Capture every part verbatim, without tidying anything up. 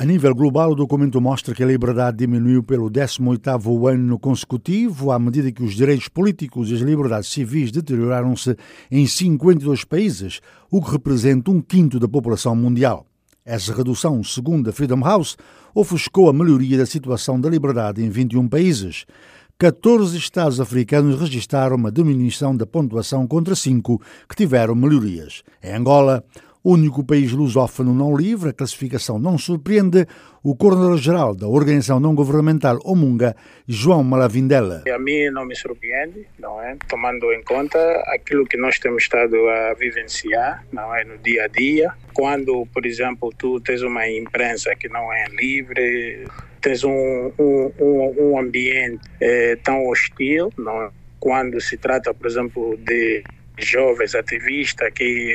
A nível global, o documento mostra que a liberdade diminuiu pelo décimo oitavo ano consecutivo, à medida que os direitos políticos e as liberdades civis deterioraram-se em cinquenta e dois países, o que representa um quinto da população mundial. Essa redução, segundo a Freedom House, ofuscou a melhoria da situação da liberdade em vinte e um países. catorze estados africanos registraram uma diminuição da pontuação contra cinco que tiveram melhorias. Em Angola, único país lusófono não livre, a classificação não surpreende. O coordenador-geral da organização não-governamental Omunga, João Malavindela. A mim não me surpreende, não é? Tomando em conta aquilo que nós temos estado a vivenciar, não é, no dia a dia. Quando, por exemplo, tu tens uma imprensa que não é livre, tens um, um, um, um ambiente eh, tão hostil, não é? Quando se trata, por exemplo, de jovens ativistas que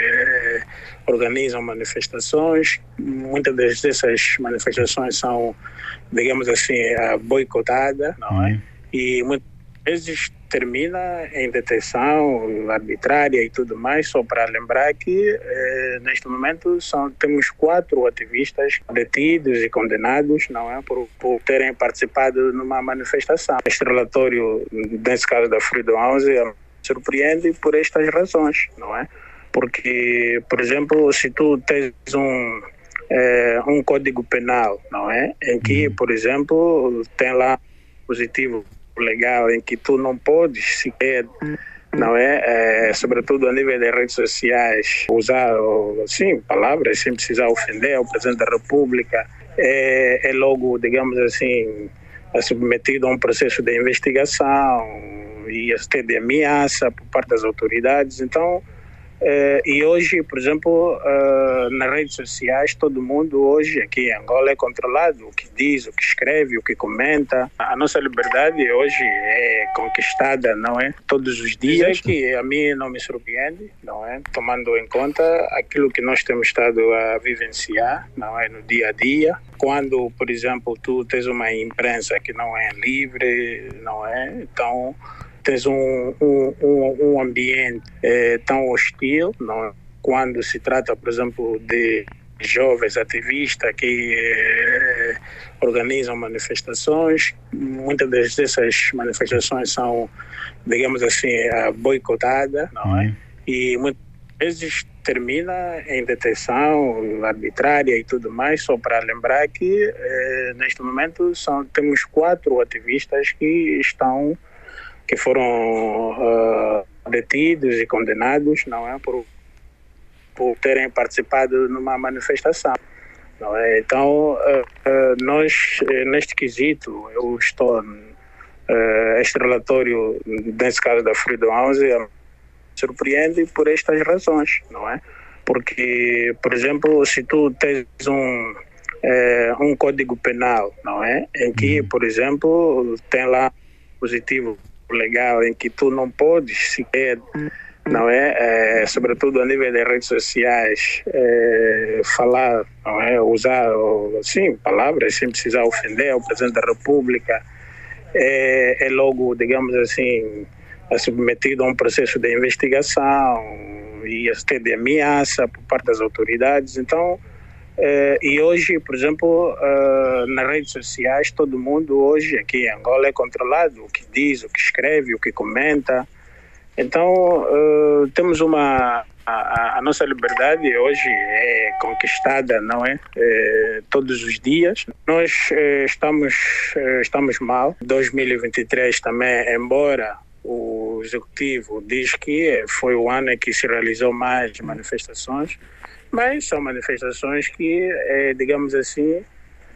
eh, organizam manifestações, muitas dessas manifestações são, digamos assim, boicotadas, não é? E muitas vezes termina em detenção arbitrária e tudo mais, só para lembrar que eh, neste momento são, temos quatro ativistas detidos e condenados, não é, por, por terem participado numa manifestação. Este relatório, nesse caso da Freedom House, surpreende por estas razões, não é? Porque, por exemplo, se tu tens um, é, um código penal, não é? Em que, por exemplo, tem lá um positivo legal em que tu não podes sequer, não é? É, sobretudo a nível das redes sociais, usar, assim, palavras sem precisar ofender o Presidente da República, é, é logo, digamos assim, é submetido a um processo de investigação e até de ameaça por parte das autoridades. Então, eh, e hoje, por exemplo, eh, nas redes sociais, todo mundo hoje aqui em Angola é controlado, o que diz, o que escreve, o que comenta. A nossa liberdade hoje é conquistada, não é? Todos os dias, que a mim não me surpreende, não é? Tomando em conta aquilo que nós temos estado a vivenciar, não é? No dia a dia. Quando, por exemplo, tu tens uma imprensa que não é livre, não é? Então, tens um, um, um, um ambiente eh, tão hostil, não é? Quando se trata, por exemplo, de jovens ativistas que eh, organizam manifestações, muitas dessas manifestações são, digamos assim, boicotadas, não é? E muitas vezes termina em detenção arbitrária e tudo mais, só para lembrar que eh, neste momento são, temos quatro ativistas que estão que foram uh, detidos e condenados, não é, por, por terem participado numa manifestação, não é? Então, uh, uh, nós, neste quesito, eu estou, uh, este relatório, nesse caso da Freedom House, surpreende por estas razões, não é? Porque, por exemplo, se tu tens um, uh, um código penal, não é, em que, por exemplo, tem lá positivo legal em que tu não podes sequer, não é, é sobretudo a nível das redes sociais, é, falar, não é, usar, assim, palavras sem precisar ofender o Presidente da República, é, é logo, digamos assim, é submetido a um processo de investigação e até de ameaça por parte das autoridades. Então, Uh, e hoje, por exemplo, uh, nas redes sociais, todo mundo hoje aqui em Angola é controlado, o que diz, o que escreve, o que comenta. Então, uh, temos uma... A, a nossa liberdade hoje é conquistada, não é? é todos os dias. Nós é, estamos, é, estamos mal. dois mil e vinte e três também, embora o Executivo diz que foi o ano em que se realizou mais manifestações, mas são manifestações que, é, digamos assim,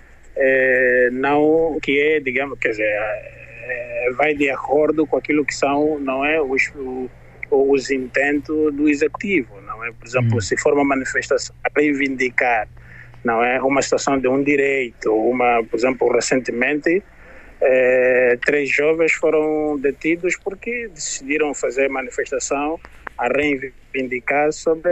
é, não, que é, digamos, quer dizer, é, vai de acordo com aquilo que são, não é, os, o, os intentos do Executivo, não é? Por exemplo, hum. se for uma manifestação a reivindicar, não é, uma situação de um direito, uma, por exemplo, recentemente, é, três jovens foram detidos porque decidiram fazer manifestação a reivindicar sobre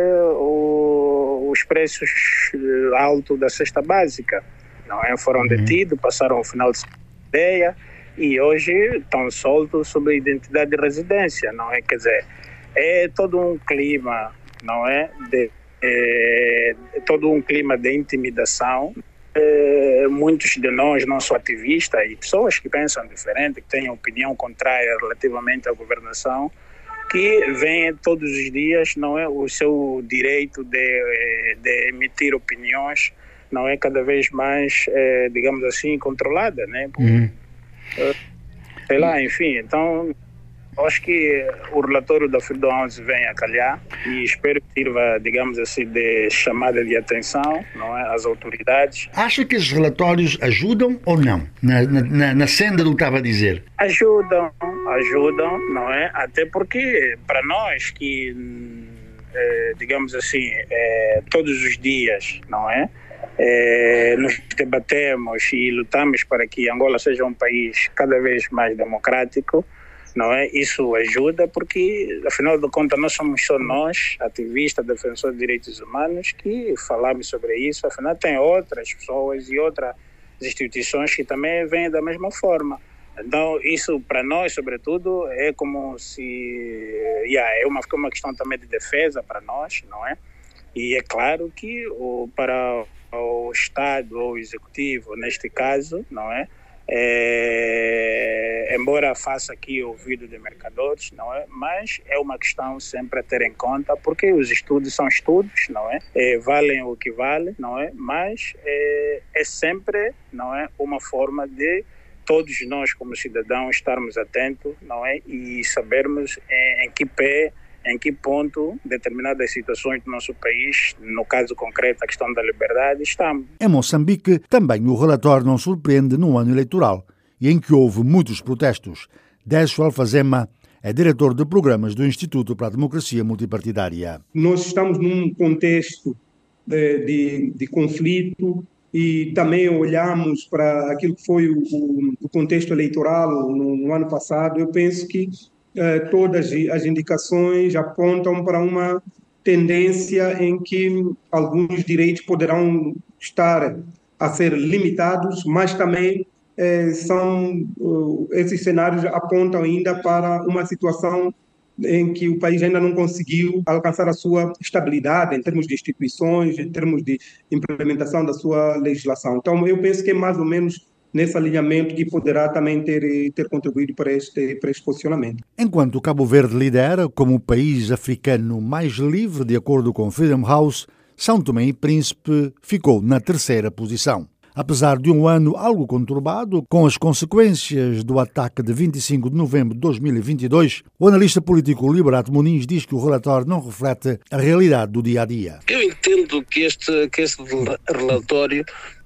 o, os preços altos da cesta básica, não é? Foram uhum. detidos, passaram o final de cadeia e hoje estão soltos sob a identidade de residência, não é? Quer dizer, é todo um clima, não é? De, é todo um clima de intimidação eh, muitos de nós não são ativistas e pessoas que pensam diferente, que têm opinião contrária relativamente à governação, que vêm todos os dias, não é, o seu direito de, de emitir opiniões, não é, cada vez mais, eh, digamos assim, controlada, né? Uhum. Sei lá, enfim, então acho que o relatório da Freedom House vem a calhar e espero que sirva, digamos assim, de chamada de atenção, não é, às autoridades. Acha que esses relatórios ajudam ou não na, na, na senda do que estava a dizer? Ajudam, ajudam, não é? Até porque para nós que, eh, digamos assim, eh, todos os dias, não é? Eh, nos debatemos e lutamos para que Angola seja um país cada vez mais democrático, não é? Isso ajuda porque, afinal de contas, não somos só nós, ativistas, defensores de direitos humanos, que falamos sobre isso. Afinal, tem outras pessoas e outras instituições que também vêm da mesma forma. Então, isso para nós, sobretudo, é como se... Yeah, é uma, uma questão também de defesa para nós, não é? E é claro que o, para o Estado ou o Executivo, neste caso, não é? É, embora faça aqui ouvido de mercadores, não é? Mas é uma questão sempre a ter em conta, porque os estudos são estudos, não é? É, valem o que valem, não é? Mas é, é sempre, não é, uma forma de todos nós como cidadãos estarmos atentos, não é? E sabermos em, em que pé, em que ponto determinadas situações do nosso país, no caso concreto a questão da liberdade, estamos. Em Moçambique, também o relatório não surpreende num ano eleitoral e em que houve muitos protestos. Décio Alfazema é diretor de programas do Instituto para a Democracia Multipartidária. Nós estamos num contexto de, de, de conflito e também olhamos para aquilo que foi o, o contexto eleitoral no, no ano passado. Eu penso que Uh, todas as indicações apontam para uma tendência em que alguns direitos poderão estar a ser limitados, mas também eh, são, uh, esses cenários apontam ainda para uma situação em que o país ainda não conseguiu alcançar a sua estabilidade em termos de instituições, em termos de implementação da sua legislação. Então, eu penso que é mais ou menos nesse alinhamento que poderá também ter, ter contribuído para este, para este posicionamento. Enquanto Cabo Verde lidera como o país africano mais livre, de acordo com Freedom House, São Tomé e Príncipe ficou na terceira posição. Apesar de um ano algo conturbado, com as consequências do ataque de vinte e cinco de novembro de dois mil e vinte e dois, o analista político Liberato Muniz diz que o relatório não reflete a realidade do dia-a-dia. Eu entendo que este, que este relatório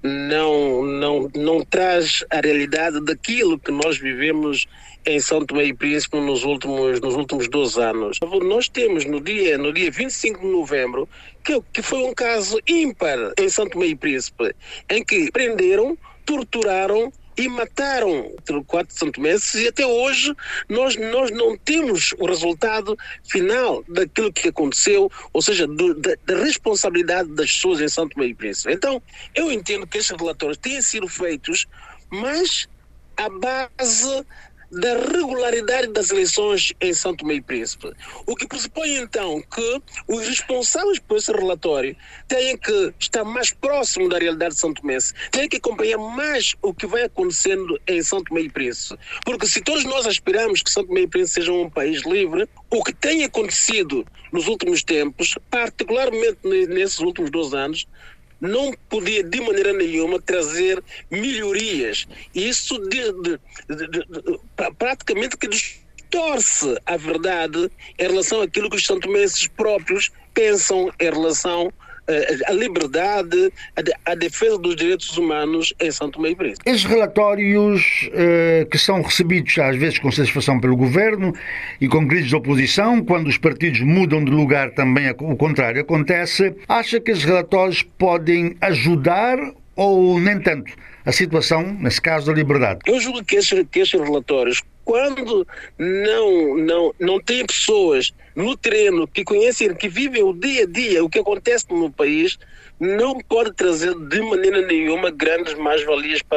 não, não, não traz a realidade daquilo que nós vivemos em São Tomé e Príncipe nos últimos, nos últimos doze anos. Nós temos no dia, no dia vinte e cinco de novembro, que, que foi um caso ímpar em São Tomé e Príncipe, em que prenderam, torturaram e mataram quatro santomenses e até hoje nós, nós não temos o resultado final daquilo que aconteceu, ou seja, do, da, da responsabilidade das pessoas em São Tomé e Príncipe. Então, eu entendo que estes relatórios têm sido feitos, mas a base da regularidade das eleições em São Tomé e Príncipe. O que pressupõe então que os responsáveis por esse relatório têm que estar mais próximos da realidade de São Tomé, têm que acompanhar mais o que vai acontecendo em São Tomé e Príncipe. Porque se todos nós aspiramos que São Tomé e Príncipe seja um país livre, o que tem acontecido nos últimos tempos, particularmente nesses últimos dois anos, não podia de maneira nenhuma trazer melhorias. Isso de, de, de, de, de, praticamente que distorce a verdade em relação àquilo que os santomenses próprios pensam em relação à liberdade, à defesa dos direitos humanos em São Tomé e Príncipe. Esses relatórios eh, que são recebidos às vezes com satisfação pelo governo e com gritos de oposição, quando os partidos mudam de lugar também o contrário acontece, acha que esses relatórios podem ajudar ou nem tanto a situação, nesse caso, da liberdade? Eu julgo que esses, que esses relatórios, quando não, não, não tem pessoas no terreno que conhecem, que vivem o dia a dia, o que acontece no país, não pode trazer de maneira nenhuma grandes mais-valias para o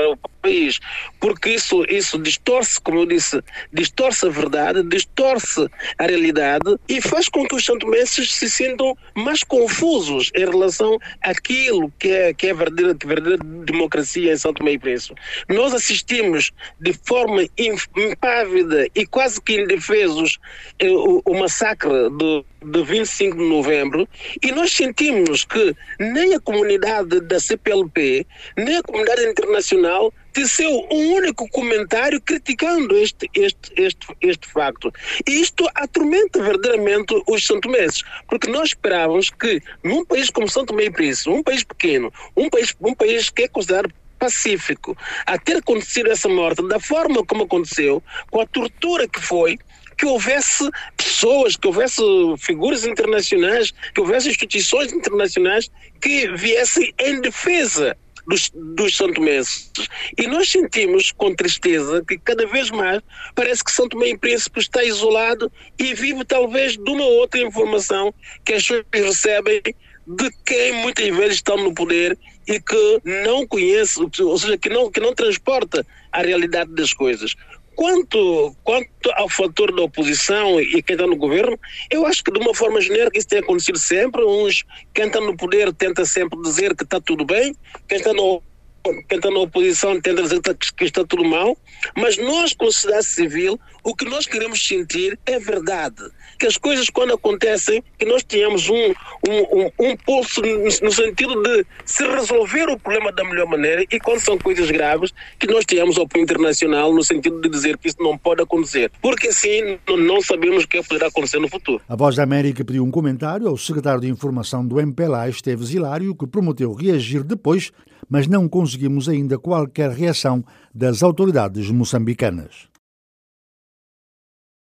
país, porque isso, isso distorce, como eu disse, distorce a verdade, distorce a realidade e faz com que os santomenses se sintam mais confusos em relação àquilo que é, que é verdadeira, que é verdadeira democracia em São Tomé e Príncipe. Nós assistimos de forma impávida e quase que indefesos o, o massacre do, de vinte e cinco de novembro e nós sentimos que nem a comunidade da C P L P, nem a comunidade internacional teceu um único comentário criticando este, este, este, este facto. E isto atormenta verdadeiramente os santomenses, porque nós esperávamos que num país como São Tomé e Príncipe, um país pequeno, um país, um país que é considerado pacífico, a ter acontecido essa morte da forma como aconteceu, com a tortura que foi, que houvesse pessoas, que houvesse figuras internacionais, que houvesse instituições internacionais que viessem em defesa dos, dos santomenses. E nós sentimos com tristeza que cada vez mais parece que São Tomé e Príncipe está isolado e vive talvez de uma outra informação que as pessoas recebem de quem muitas vezes estão no poder e que não conhece, ou seja, que não, que não transporta a realidade das coisas. Quanto, quanto ao fator da oposição e quem está no governo, eu acho que de uma forma genérica isso tem acontecido sempre. Uns, quem está no poder tenta sempre dizer que está tudo bem, quem está no quem está na oposição tenta dizer que está tudo mal, mas nós, como sociedade civil, o que nós queremos sentir é verdade. Que as coisas, quando acontecem, que nós tenhamos um, um, um, um pulso no sentido de se resolver o problema da melhor maneira e, quando são coisas graves, que nós tenhamos apoio internacional no sentido de dizer que isso não pode acontecer. Porque assim não sabemos o que poderá acontecer no futuro. A Voz da América pediu um comentário ao secretário de Informação do M P L A, Esteves Hilário, que prometeu reagir depois, mas não conseguimos ainda qualquer reação das autoridades moçambicanas.